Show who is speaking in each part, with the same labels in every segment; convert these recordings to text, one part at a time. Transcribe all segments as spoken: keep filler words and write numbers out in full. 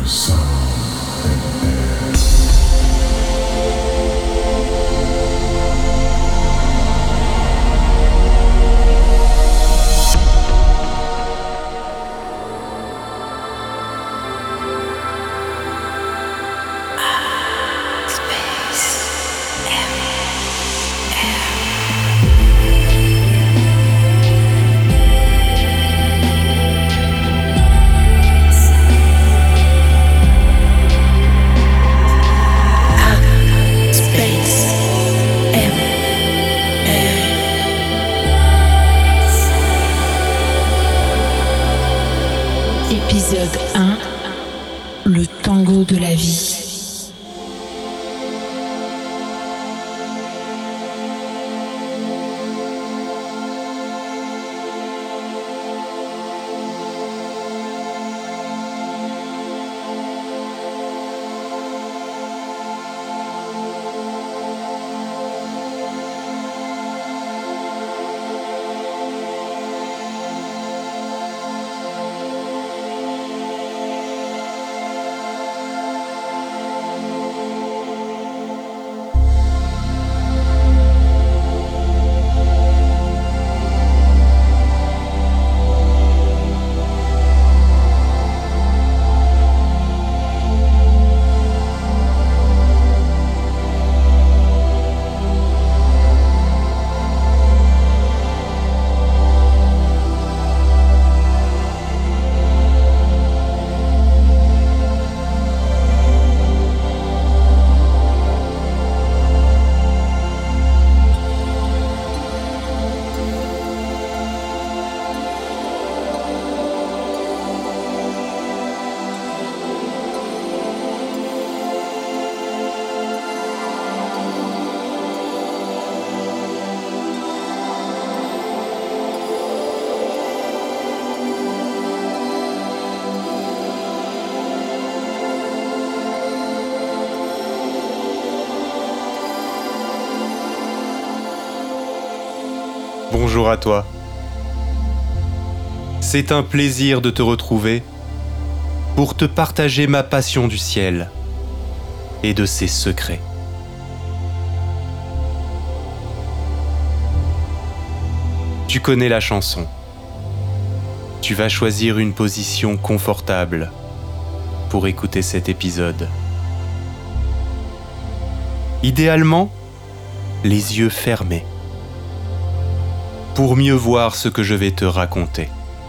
Speaker 1: Épisode un, le tango de la vie.
Speaker 2: Bonjour à toi. C'est un plaisir de te retrouver pour te partager ma passion du ciel et de ses secrets. Tu connais la chanson. Tu vas choisir une position confortable pour écouter cet épisode. Idéalement, les yeux fermés, pour mieux voir ce que je vais te raconter.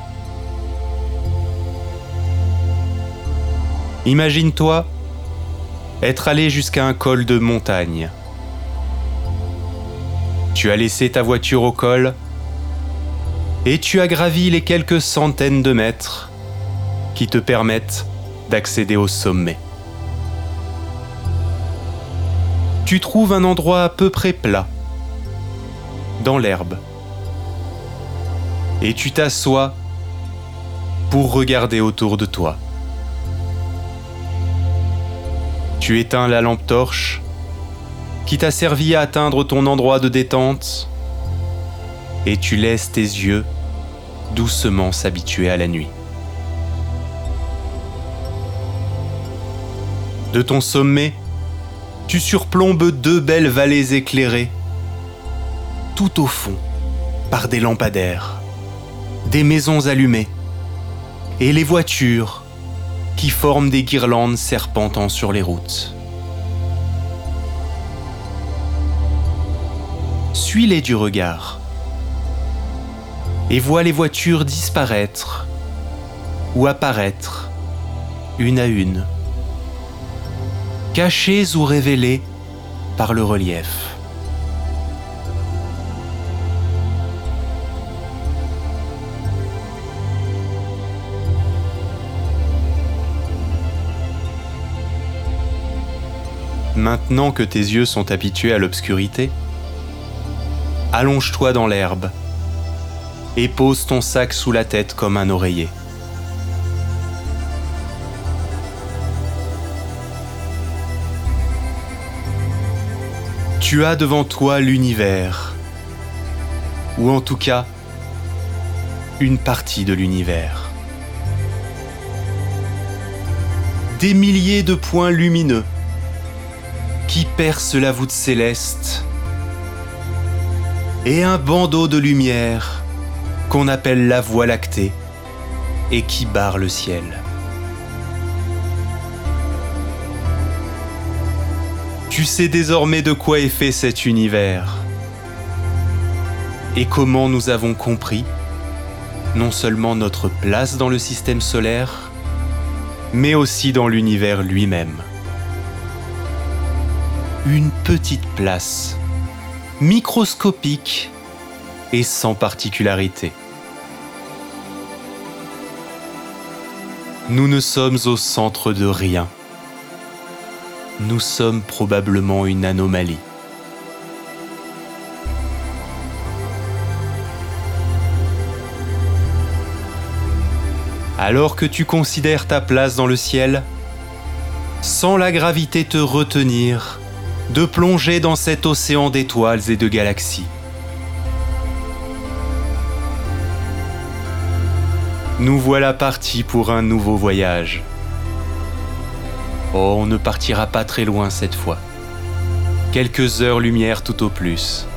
Speaker 2: Imagine-toi être allé jusqu'à un col de montagne. Tu as laissé ta voiture au col et tu as gravi les quelques centaines de mètres qui te permettent d'accéder au sommet. Tu trouves un endroit à peu près plat, dans l'herbe, et tu t'assois pour regarder autour de toi. Tu éteins la lampe torche qui t'a servi à atteindre ton endroit de détente et tu laisses tes yeux doucement s'habituer à la nuit. De ton sommet, tu surplombes deux belles vallées éclairées, tout au fond, par des lampadaires, des maisons allumées et les voitures qui forment des guirlandes serpentant sur les routes. Suis-les du regard et vois les voitures disparaître ou apparaître une à une, cachées ou révélées par le relief. Maintenant que tes yeux sont habitués à l'obscurité, allonge-toi dans l'herbe et pose ton sac sous la tête comme un oreiller. Tu as devant toi l'univers, ou en tout cas, une partie de l'univers. des milliers de points lumineux qui percent la voûte céleste et un bandeau de lumière qu'on appelle la Voie lactée et qui barre le ciel. Tu sais désormais de quoi est fait cet univers et comment nous avons compris non seulement notre place dans le système solaire, mais aussi dans l'univers lui-même. Une petite place, microscopique et sans particularité. Nous ne sommes au centre de rien. Nous sommes probablement une anomalie. Alors que tu considères ta place dans le ciel, sans la gravité te retenir de plonger dans cet océan d'étoiles et de galaxies. Nous voilà partis pour un nouveau voyage. Oh, on ne partira pas très loin cette fois. Quelques heures-lumière tout au plus.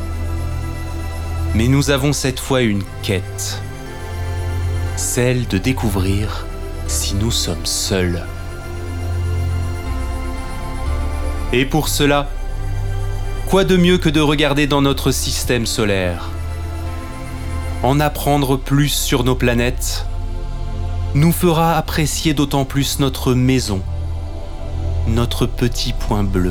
Speaker 2: Mais nous avons cette fois une quête. Celle de découvrir si nous sommes seuls. Et pour cela, quoi de mieux que de regarder dans notre système solaire? En apprendre plus sur nos planètes nous fera apprécier d'autant plus notre maison, notre petit point bleu.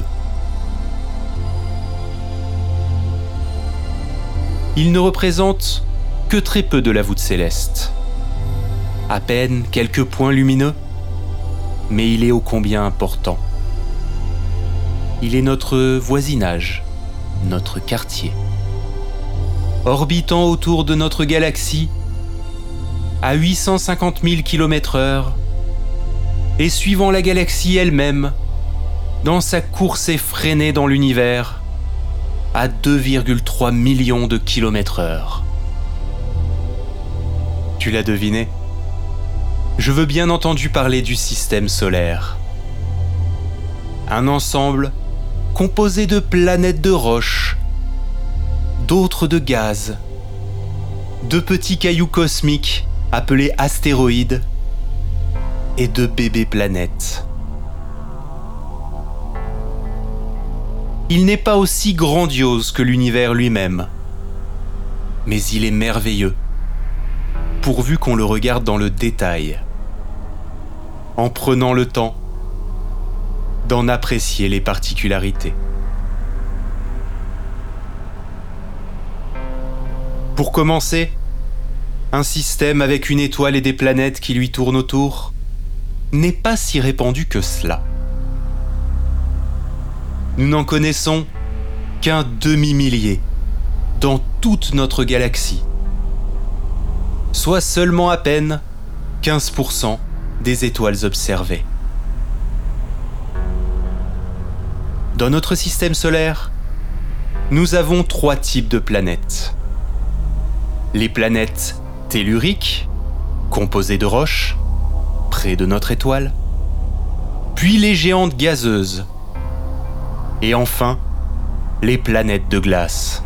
Speaker 2: Il ne représente que très peu de la voûte céleste. À peine quelques points lumineux, mais il est ô combien important. Il est notre voisinage, notre quartier. Orbitant autour de notre galaxie à huit cent cinquante mille kilomètres heure et suivant la galaxie elle-même dans sa course effrénée dans l'univers à deux virgule trois millions de kilomètres heure. Tu l'as deviné ? Je veux bien entendu parler du système solaire. Un ensemble composé de planètes de roches, d'autres de gaz, de petits cailloux cosmiques appelés astéroïdes et de bébés planètes. Il n'est pas aussi grandiose que l'univers lui-même, mais il est merveilleux, pourvu qu'on le regarde dans le détail, en prenant le temps d'en apprécier les particularités. Pour commencer, un système avec une étoile et des planètes qui lui tournent autour n'est pas si répandu que cela. Nous n'en connaissons qu'un demi-millier dans toute notre galaxie, soit seulement à peine quinze pour cent des étoiles observées. Dans notre système solaire, nous avons trois types de planètes. Les planètes telluriques, composées de roches, près de notre étoile, puis les géantes gazeuses, et enfin, les planètes de glace.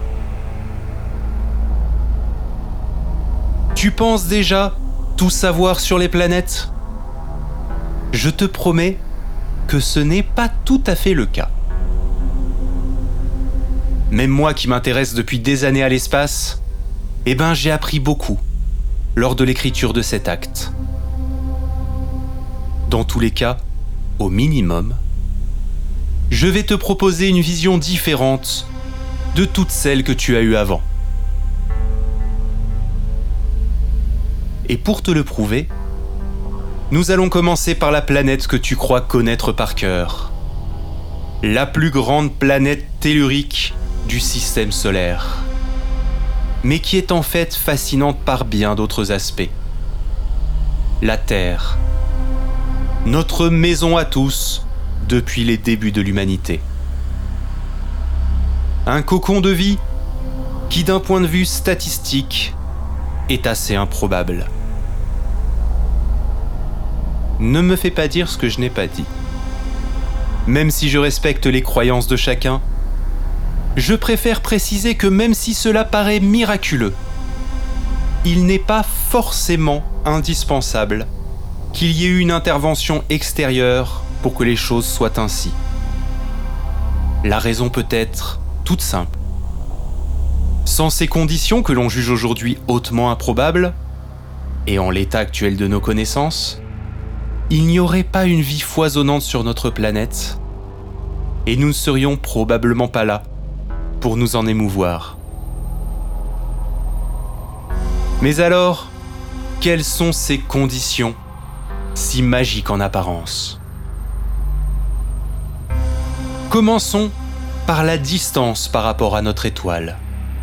Speaker 2: Tu penses déjà tout savoir sur les planètes ? Je te promets que ce n'est pas tout à fait le cas. Même moi qui m'intéresse depuis des années à l'espace, eh ben j'ai appris beaucoup lors de l'écriture de cet acte. Dans tous les cas, au minimum, je vais te proposer une vision différente de toutes celles que tu as eues avant. Et pour te le prouver, nous allons commencer par la planète que tu crois connaître par cœur. La plus grande planète tellurique du système solaire, mais qui est en fait fascinante par bien d'autres aspects. La Terre, notre maison à tous depuis les débuts de l'humanité. Un cocon de vie qui, d'un point de vue statistique, est assez improbable. ne me fais pas dire ce que je n'ai pas dit. Même si je respecte les croyances de chacun, je préfère préciser que même si cela paraît miraculeux, il n'est pas forcément indispensable qu'il y ait eu une intervention extérieure pour que les choses soient ainsi. La raison peut être toute simple. Sans ces conditions que l'on juge aujourd'hui hautement improbables, et en l'état actuel de nos connaissances, il n'y aurait pas une vie foisonnante sur notre planète, et nous ne serions probablement pas là pour nous en émouvoir. Mais alors, quelles sont ces conditions si magiques en apparence ? Commençons par la distance par rapport à notre étoile.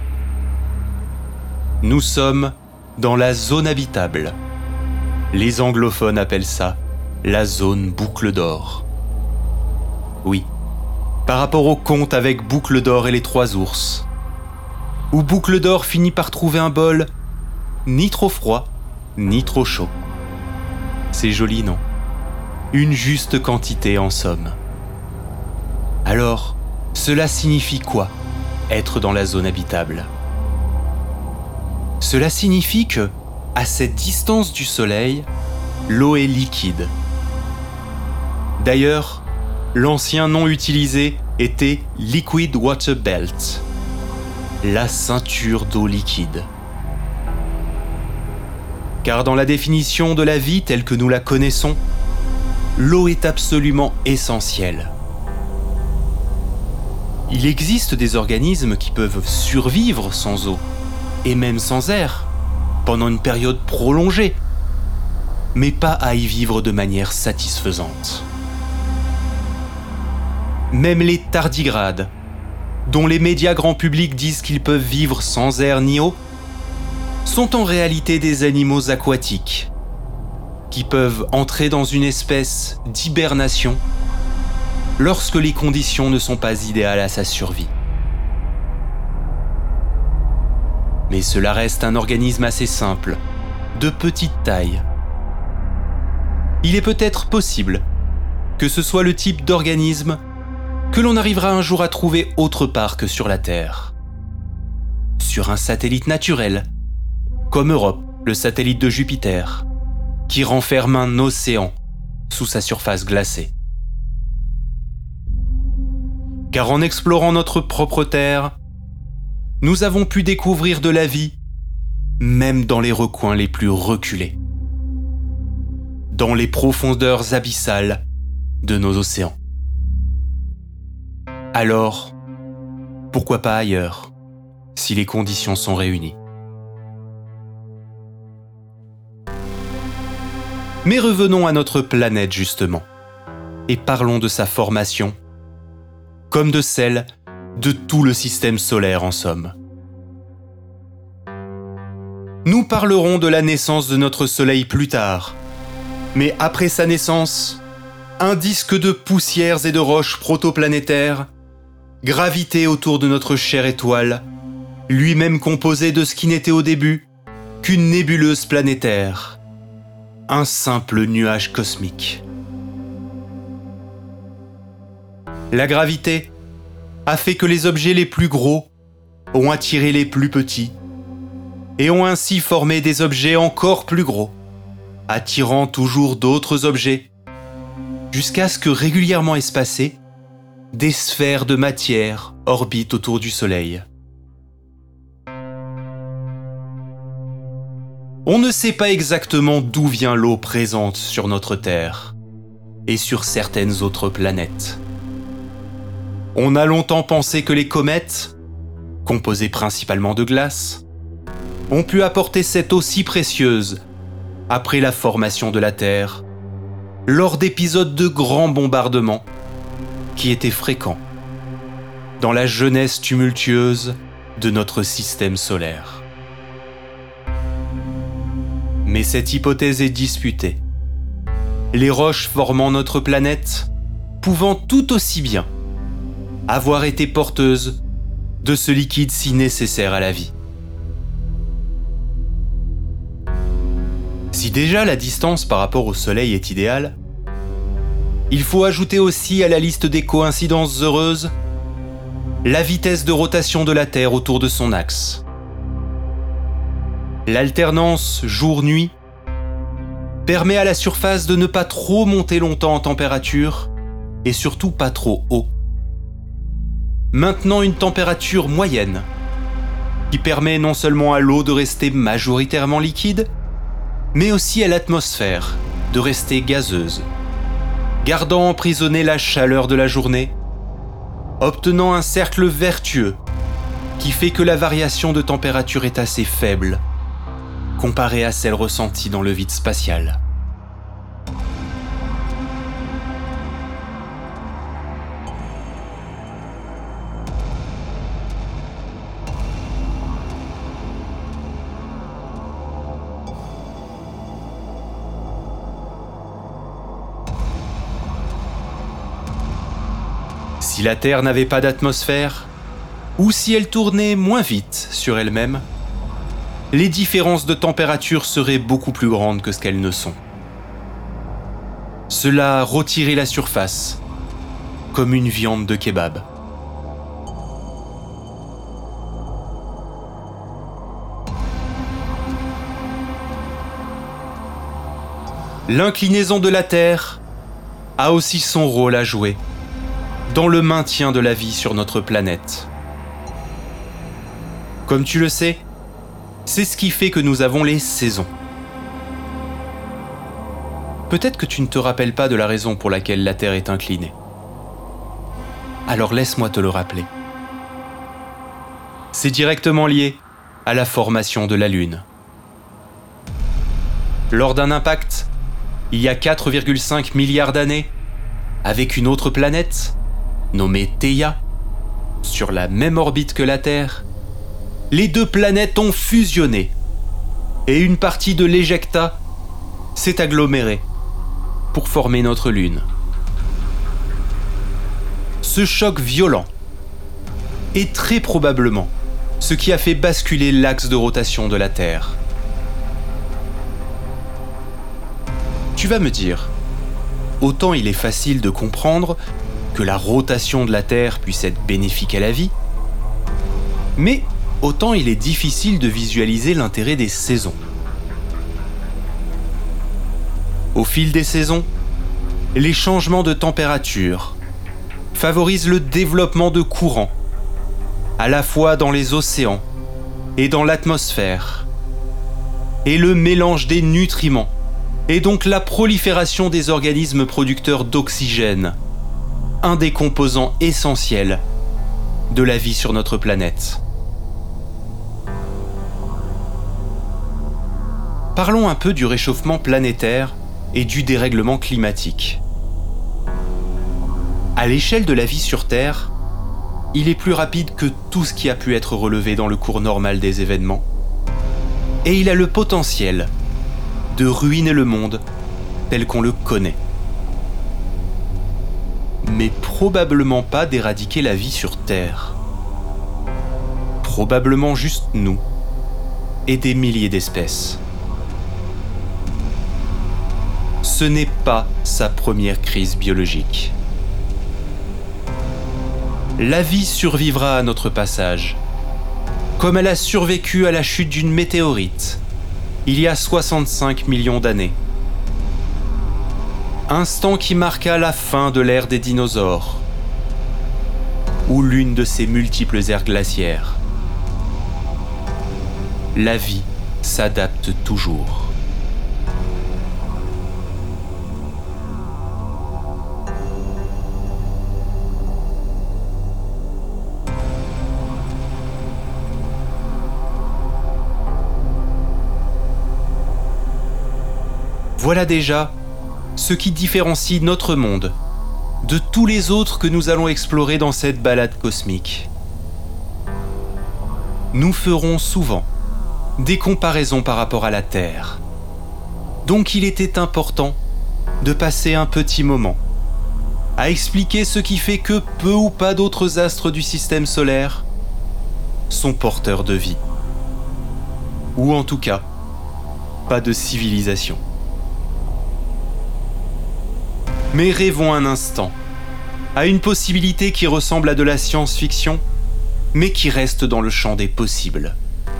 Speaker 2: Nous sommes dans la zone habitable. Les anglophones appellent ça la zone boucle d'or. Oui, par rapport au conte avec Boucle d'or et les trois ours, où Boucle d'or finit par trouver un bol ni trop froid, ni trop chaud. C'est joli, non ? Une juste quantité en somme. Alors, cela signifie quoi, être dans la zone habitable ? Cela signifie que, à cette distance du Soleil, l'eau est liquide. D'ailleurs, l'ancien nom utilisé était Liquid Water Belt, la ceinture d'eau liquide. Car dans la définition de la vie telle que nous la connaissons, l'eau est absolument essentielle. Il existe des organismes qui peuvent survivre sans eau, et même sans air, pendant une période prolongée, mais pas à y vivre de manière satisfaisante. Même les tardigrades, dont les médias grand public disent qu'ils peuvent vivre sans air ni eau, sont en réalité des animaux aquatiques, qui peuvent entrer dans une espèce d'hibernation lorsque les conditions ne sont pas idéales à sa survie. Mais cela reste un organisme assez simple, de petite taille. Il est peut-être possible que ce soit le type d'organisme que l'on arrivera un jour à trouver autre part que sur la Terre. Sur un satellite naturel, comme Europe, le satellite de Jupiter, qui renferme un océan sous sa surface glacée. Car en explorant notre propre Terre, nous avons pu découvrir de la vie, même dans les recoins les plus reculés, dans les profondeurs abyssales de nos océans. Alors, pourquoi pas ailleurs, si les conditions sont réunies ? Mais revenons à notre planète justement, et parlons de sa formation, comme de celle de tout le système solaire en somme. Nous parlerons de la naissance de notre Soleil plus tard, mais après sa naissance, un disque de poussières et de roches protoplanétaires gravitait autour de notre chère étoile, lui-même composé de ce qui n'était au début qu'une nébuleuse planétaire, un simple nuage cosmique. La gravité a fait que les objets les plus gros ont attiré les plus petits et ont ainsi formé des objets encore plus gros, attirant toujours d'autres objets, jusqu'à ce que régulièrement espacés, des sphères de matière orbitent autour du Soleil. On ne sait pas exactement d'où vient l'eau présente sur notre Terre et sur certaines autres planètes. On a longtemps pensé que les comètes, composées principalement de glace, ont pu apporter cette eau si précieuse après la formation de la Terre, lors d'épisodes de grands bombardements qui étaient fréquents dans la jeunesse tumultueuse de notre système solaire. Mais cette hypothèse est disputée, les roches formant notre planète pouvant tout aussi bien avoir été porteuses de ce liquide si nécessaire à la vie. Si déjà la distance par rapport au Soleil est idéale, il faut ajouter aussi à la liste des coïncidences heureuses la vitesse de rotation de la Terre autour de son axe. L'alternance jour-nuit permet à la surface de ne pas trop monter longtemps en température et surtout pas trop haut, maintenant une température moyenne qui permet non seulement à l'eau de rester majoritairement liquide, mais aussi à l'atmosphère de rester gazeuse, gardant emprisonnée la chaleur de la journée, obtenant un cercle vertueux qui fait que la variation de température est assez faible comparée à celle ressentie dans le vide spatial. Si la Terre n'avait pas d'atmosphère, ou si elle tournait moins vite sur elle-même, les différences de température seraient beaucoup plus grandes que ce qu'elles ne sont. Cela rôtirait la surface, comme une viande de kebab. L'inclinaison de la Terre a aussi son rôle à jouer dans le maintien de la vie sur notre planète. Comme tu le sais, c'est ce qui fait que nous avons les saisons. Peut-être que tu ne te rappelles pas de la raison pour laquelle la Terre est inclinée. Alors laisse-moi te le rappeler. C'est directement lié à la formation de la Lune. Lors d'un impact, il y a quatre virgule cinq milliards d'années, avec une autre planète, nommée Theia, sur la même orbite que la Terre, les deux planètes ont fusionné et une partie de l'éjecta s'est agglomérée pour former notre Lune. Ce choc violent est très probablement ce qui a fait basculer l'axe de rotation de la Terre. Tu vas me dire, autant il est facile de comprendre que la rotation de la Terre puisse être bénéfique à la vie, mais autant il est difficile de visualiser l'intérêt des saisons. Au fil des saisons, les changements de température favorisent le développement de courants, à la fois dans les océans et dans l'atmosphère, et le mélange des nutriments, et donc la prolifération des organismes producteurs d'oxygène, un des composants essentiels de la vie sur notre planète. Parlons un peu du réchauffement planétaire et du dérèglement climatique. À l'échelle de la vie sur Terre, il est plus rapide que tout ce qui a pu être relevé dans le cours normal des événements, et il a le potentiel de ruiner le monde tel qu'on le connaît. Mais probablement pas d'éradiquer la vie sur Terre. Probablement juste nous et des milliers d'espèces. Ce n'est pas sa première crise biologique. La vie survivra à notre passage, comme elle a survécu à la chute d'une météorite, il y a soixante-cinq millions d'années. Instant qui marqua la fin de l'ère des dinosaures, ou l'une de ces multiples ères glaciaires. La vie s'adapte toujours. Voilà déjà ce qui différencie notre monde de tous les autres que nous allons explorer dans cette balade cosmique. Nous ferons souvent des comparaisons par rapport à la Terre. Donc il était important de passer un petit moment à expliquer ce qui fait que peu ou pas d'autres astres du système solaire sont porteurs de vie. Ou en tout cas, pas de civilisation. Mais rêvons un instant à une possibilité qui ressemble à de la science-fiction, mais qui reste dans le champ des possibles.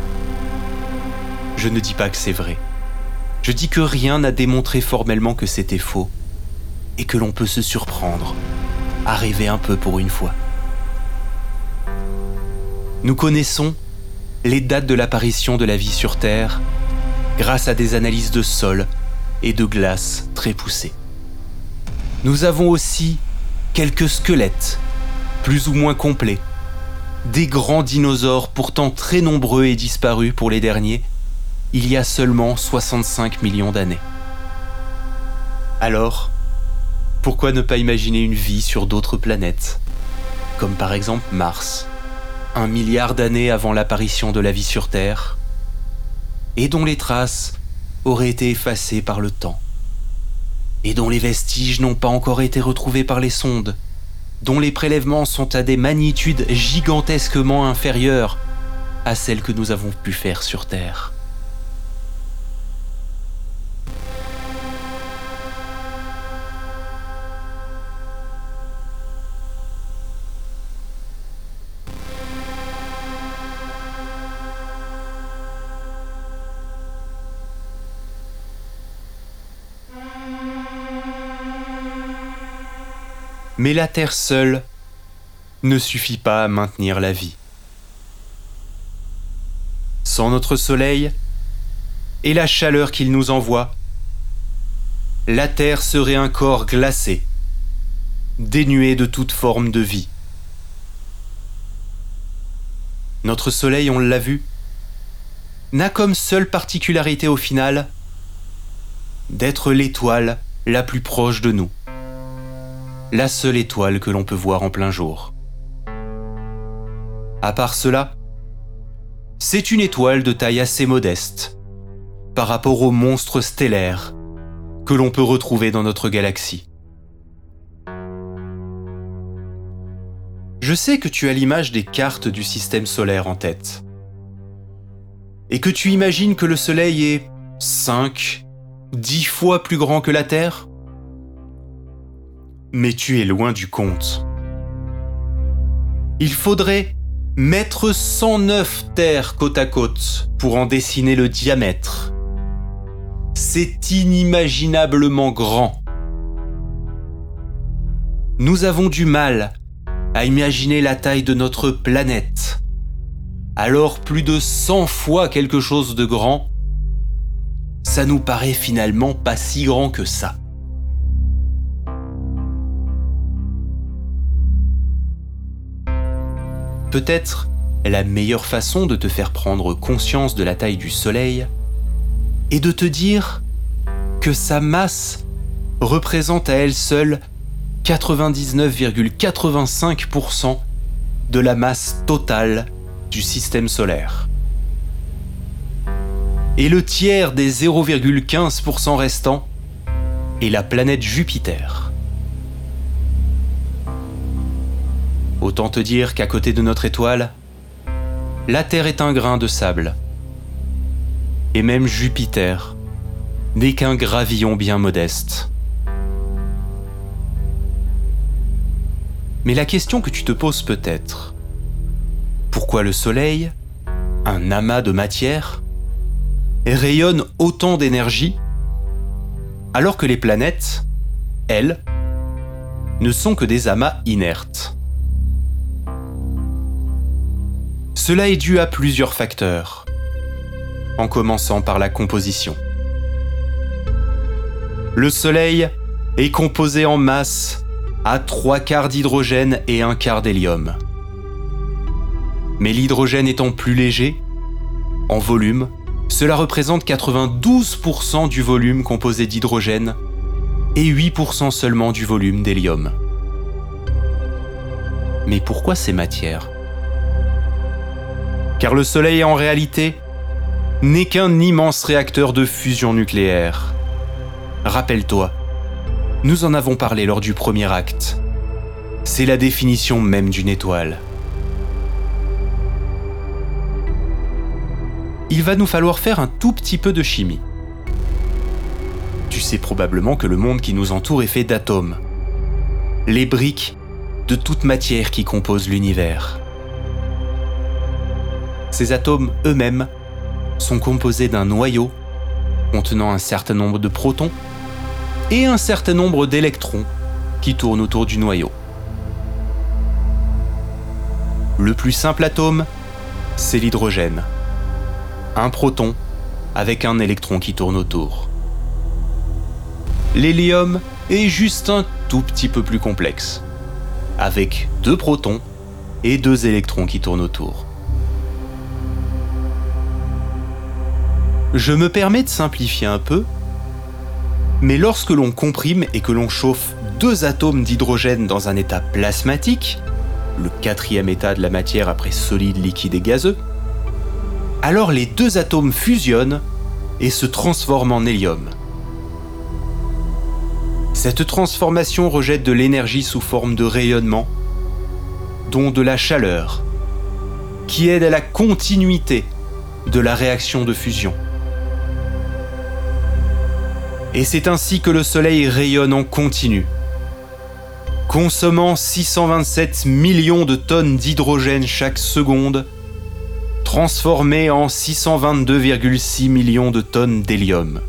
Speaker 2: Je ne dis pas que c'est vrai. Je dis que rien n'a démontré formellement que c'était faux, et que l'on peut se surprendre à rêver un peu pour une fois. Nous connaissons les dates de l'apparition de la vie sur Terre grâce à des analyses de sol et de glace très poussées. Nous avons aussi quelques squelettes, plus ou moins complets, des grands dinosaures pourtant très nombreux et disparus pour les derniers, il y a seulement soixante-cinq millions d'années. Alors, pourquoi ne pas imaginer une vie sur d'autres planètes, comme par exemple Mars, un milliard d'années avant l'apparition de la vie sur Terre, et dont les traces auraient été effacées par le temps, et dont les vestiges n'ont pas encore été retrouvés par les sondes, dont les prélèvements sont à des magnitudes gigantesquement inférieures à celles que nous avons pu faire sur Terre. Mais la Terre seule ne suffit pas à maintenir la vie. Sans notre Soleil et la chaleur qu'il nous envoie, la Terre serait un corps glacé, dénué de toute forme de vie. Notre Soleil, on l'a vu, n'a comme seule particularité au final d'être l'étoile la plus proche de nous. La seule étoile que l'on peut voir en plein jour. À part cela, c'est une étoile de taille assez modeste par rapport aux monstres stellaires que l'on peut retrouver dans notre galaxie. Je sais que tu as l'image des cartes du système solaire en tête et que tu imagines que le Soleil est cinq, dix fois plus grand que la Terre. Mais tu es loin du compte. Il faudrait mettre cent neuf terres côte à côte pour en dessiner le diamètre. C'est inimaginablement grand. Nous avons du mal à imaginer la taille de notre planète. Alors plus de cent fois quelque chose de grand, ça nous paraît finalement pas si grand que ça. Peut-être la meilleure façon de te faire prendre conscience de la taille du Soleil est de te dire que sa masse représente à elle seule quatre-vingt-dix-neuf virgule quatre-vingt-cinq pour cent de la masse totale du système solaire. Et le tiers des zéro virgule quinze pour cent restants est la planète Jupiter. Autant te dire qu'à côté de notre étoile, la Terre est un grain de sable. Et même Jupiter n'est qu'un gravillon bien modeste. Mais la question que tu te poses peut-être, pourquoi le Soleil, un amas de matière, rayonne autant d'énergie alors que les planètes, elles, ne sont que des amas inertes? Cela est dû à plusieurs facteurs, en commençant par la composition. Le Soleil est composé en masse à trois quarts d'hydrogène et un quart d'hélium. Mais l'hydrogène étant plus léger, en volume, cela représente quatre-vingt-douze pour cent du volume composé d'hydrogène et huit pour cent seulement du volume d'hélium. Mais pourquoi ces matières ? Car le Soleil en réalité n'est qu'un immense réacteur de fusion nucléaire. Rappelle-toi, nous en avons parlé lors du premier acte. C'est la définition même d'une étoile. Il va nous falloir faire un tout petit peu de chimie Tu sais probablement que le monde qui nous entoure est fait d'atomes, les briques de toute matière qui compose l'univers. Ces atomes eux-mêmes sont composés d'un noyau contenant un certain nombre de protons et un certain nombre d'électrons qui tournent autour du noyau. Le plus simple atome, c'est l'hydrogène. Un proton avec un électron qui tourne autour. L'hélium est juste un tout petit peu plus complexe, avec deux protons et deux électrons qui tournent autour. Je me permets de simplifier un peu, mais lorsque l'on comprime et que l'on chauffe deux atomes d'hydrogène dans un état plasmatique, le quatrième état de la matière après solide, liquide et gazeux, alors les deux atomes fusionnent et se transforment en hélium. Cette transformation rejette de l'énergie sous forme de rayonnement, dont de la chaleur, qui aide à la continuité de la réaction de fusion. Et c'est ainsi que le Soleil rayonne en continu, consommant six cent vingt-sept millions de tonnes d'hydrogène chaque seconde, transformé en six cent vingt-deux virgule six millions de tonnes d'hélium.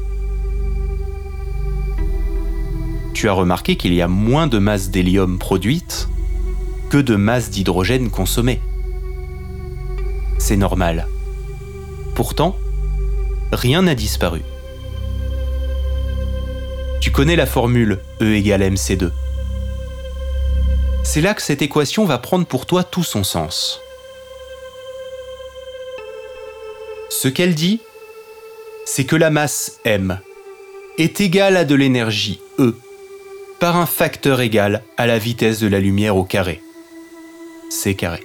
Speaker 2: Tu as remarqué qu'il y a moins de masse d'hélium produite que de masse d'hydrogène consommée. C'est normal. Pourtant, rien n'a disparu. Tu connais la formule E égale M C deux. C'est là que cette équation va prendre pour toi tout son sens. Ce qu'elle dit, c'est que la masse M est égale à de l'énergie E par un facteur égal à la vitesse de la lumière au carré, C carré.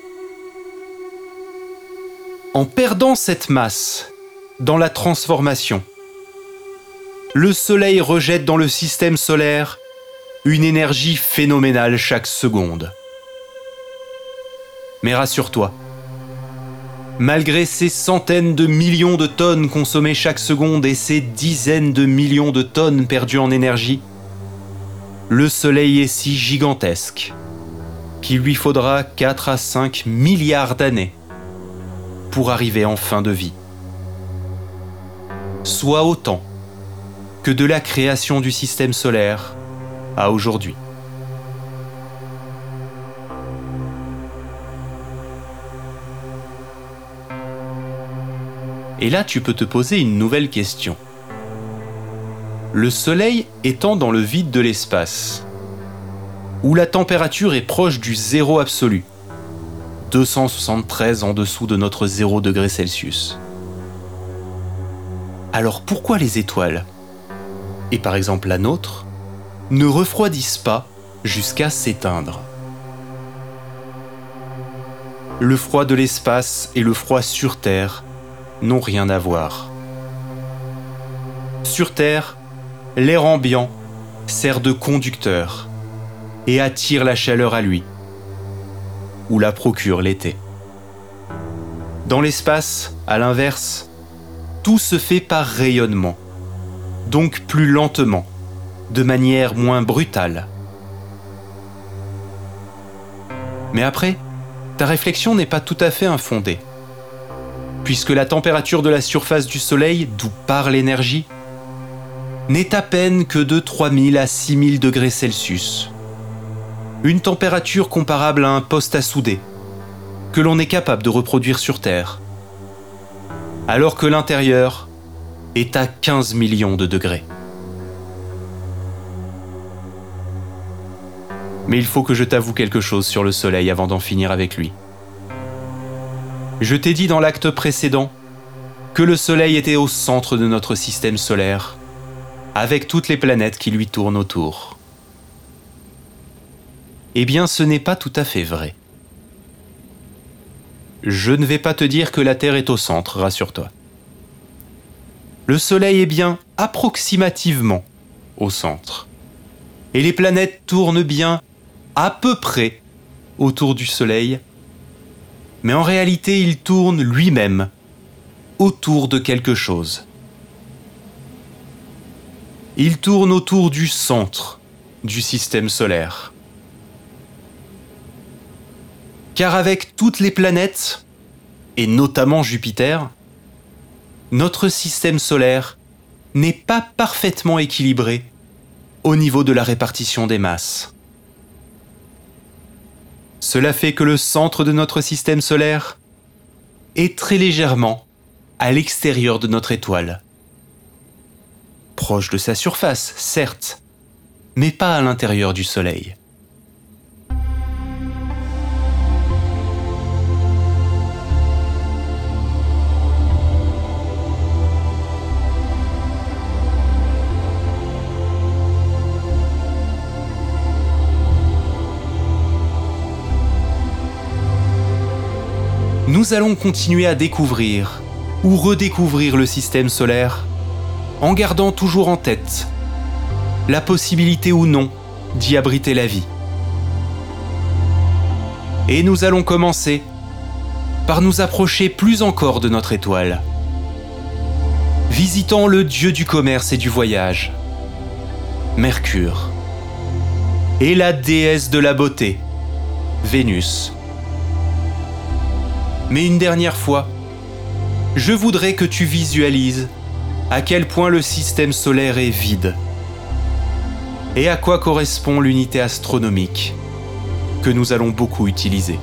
Speaker 2: En perdant cette masse dans la transformation, le Soleil rejette dans le système solaire une énergie phénoménale chaque seconde. Mais rassure-toi, malgré ces centaines de millions de tonnes consommées chaque seconde et ces dizaines de millions de tonnes perdues en énergie, le Soleil est si gigantesque qu'il lui faudra quatre à cinq milliards d'années pour arriver en fin de vie. Soit autant que de la création du système solaire à aujourd'hui. Et là, tu peux te poser une nouvelle question. Le Soleil étant dans le vide de l'espace, où la température est proche du zéro absolu, deux cent soixante-treize en dessous de notre zéro degré Celsius. Alors pourquoi les étoiles, et par exemple la nôtre, ne refroidissent pas jusqu'à s'éteindre? Le froid de l'espace et le froid sur Terre n'ont rien à voir. Sur Terre, l'air ambiant sert de conducteur et attire la chaleur à lui, ou la procure l'été. Dans l'espace, à l'inverse, tout se fait par rayonnement, donc plus lentement, de manière moins brutale. Mais après, ta réflexion n'est pas tout à fait infondée, puisque la température de la surface du Soleil, d'où part l'énergie, n'est à peine que de trois mille à six mille degrés Celsius. Une température comparable à un poste à souder, que l'on est capable de reproduire sur Terre, alors que l'intérieur est à quinze millions de degrés. Mais il faut que je t'avoue quelque chose sur le Soleil avant d'en finir avec lui. Je t'ai dit dans l'acte précédent que le Soleil était au centre de notre système solaire, avec toutes les planètes qui lui tournent autour. Eh bien, ce n'est pas tout à fait vrai. Je ne vais pas te dire que la Terre est au centre, rassure-toi. Le Soleil est bien approximativement au centre. Et les planètes tournent bien à peu près autour du Soleil, mais en réalité, il tourne lui-même autour de quelque chose. Il tourne autour du centre du système solaire. Car avec toutes les planètes, et notamment Jupiter, notre système solaire n'est pas parfaitement équilibré au niveau de la répartition des masses. Cela fait que le centre de notre système solaire est très légèrement à l'extérieur de notre étoile. Proche de sa surface, certes, mais pas à l'intérieur du Soleil. Nous allons continuer à découvrir ou redécouvrir le système solaire en gardant toujours en tête la possibilité ou non d'y abriter la vie. Et nous allons commencer par nous approcher plus encore de notre étoile, visitant le dieu du commerce et du voyage, Mercure, et la déesse de la beauté, Vénus. Mais une dernière fois, je voudrais que tu visualises à quel point le système solaire est vide et à quoi correspond l'unité astronomique que nous allons beaucoup utiliser.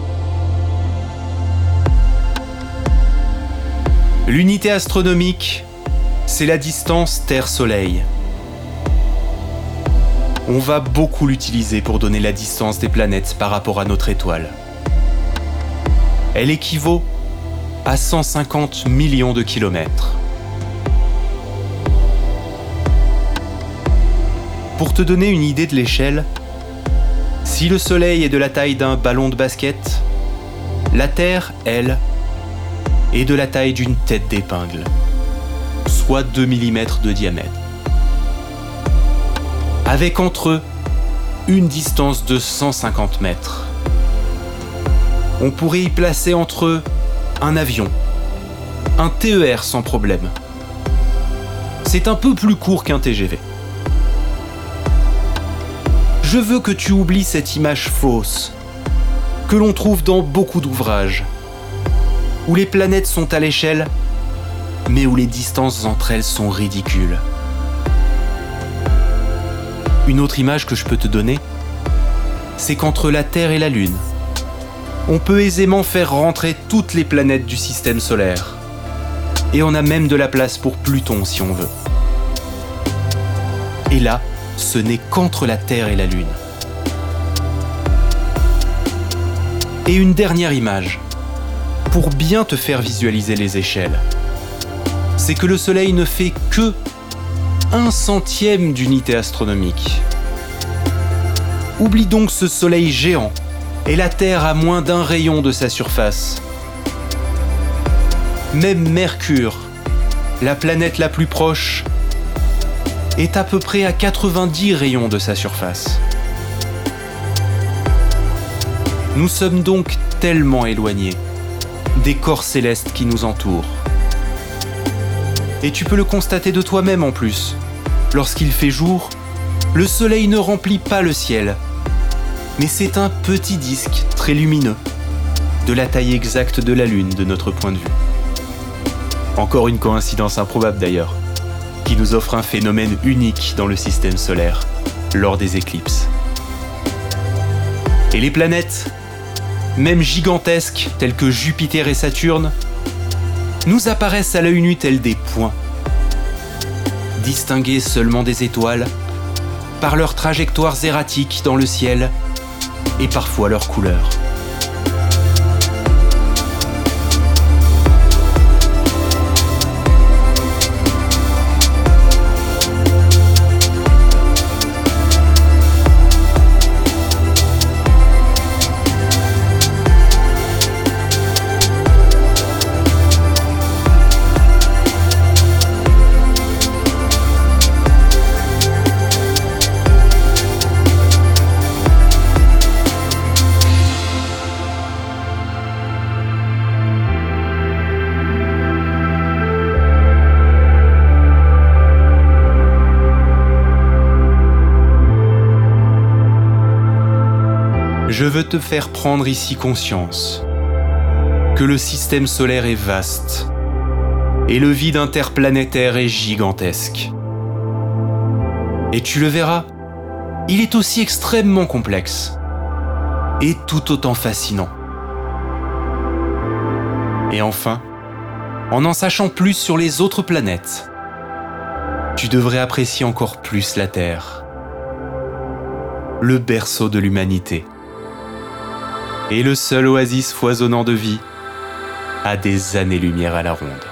Speaker 2: L'unité astronomique, c'est la distance Terre-Soleil. On va beaucoup l'utiliser pour donner la distance des planètes par rapport à notre étoile. Elle équivaut à cent cinquante millions de kilomètres. Pour te donner une idée de l'échelle, si le Soleil est de la taille d'un ballon de basket, la Terre, elle, est de la taille d'une tête d'épingle, soit deux millimètres de diamètre. Avec entre eux une distance de cent cinquante mètres. On pourrait y placer entre eux un avion, un T E R sans problème. C'est un peu plus court qu'un T G V. Je veux que tu oublies cette image fausse que l'on trouve dans beaucoup d'ouvrages, où les planètes sont à l'échelle, mais où les distances entre elles sont ridicules. Une autre image que je peux te donner, c'est qu'entre la Terre et la Lune, on peut aisément faire rentrer toutes les planètes du système solaire. Et on a même de la place pour Pluton si on veut. Et là, ce n'est qu'entre la Terre et la Lune. Et une dernière image, pour bien te faire visualiser les échelles, c'est que le Soleil ne fait que un centième d'unité astronomique. Oublie donc ce Soleil géant et la Terre à moins d'un rayon de sa surface. Même Mercure, la planète la plus proche, est à peu près à quatre-vingt-dix rayons de sa surface. Nous sommes donc tellement éloignés des corps célestes qui nous entourent. Et tu peux le constater de toi-même en plus. Lorsqu'il fait jour, le Soleil ne remplit pas le ciel, mais c'est un petit disque très lumineux, de la taille exacte de la Lune de notre point de vue. Encore une coïncidence improbable d'ailleurs, qui nous offre un phénomène unique dans le système solaire, lors des éclipses. Et les planètes, même gigantesques telles que Jupiter et Saturne, nous apparaissent à l'œil nu tels des points, distingués seulement des étoiles, par leurs trajectoires erratiques dans le ciel et parfois leur couleur. je veux te faire prendre ici conscience que le système solaire est vaste et le vide interplanétaire est gigantesque. Et tu le verras, il est aussi extrêmement complexe et tout autant fascinant. Et enfin, en en sachant plus sur les autres planètes, tu devrais apprécier encore plus la Terre, le berceau de l'humanité, et le seul oasis foisonnant de vie à des années-lumière à la ronde.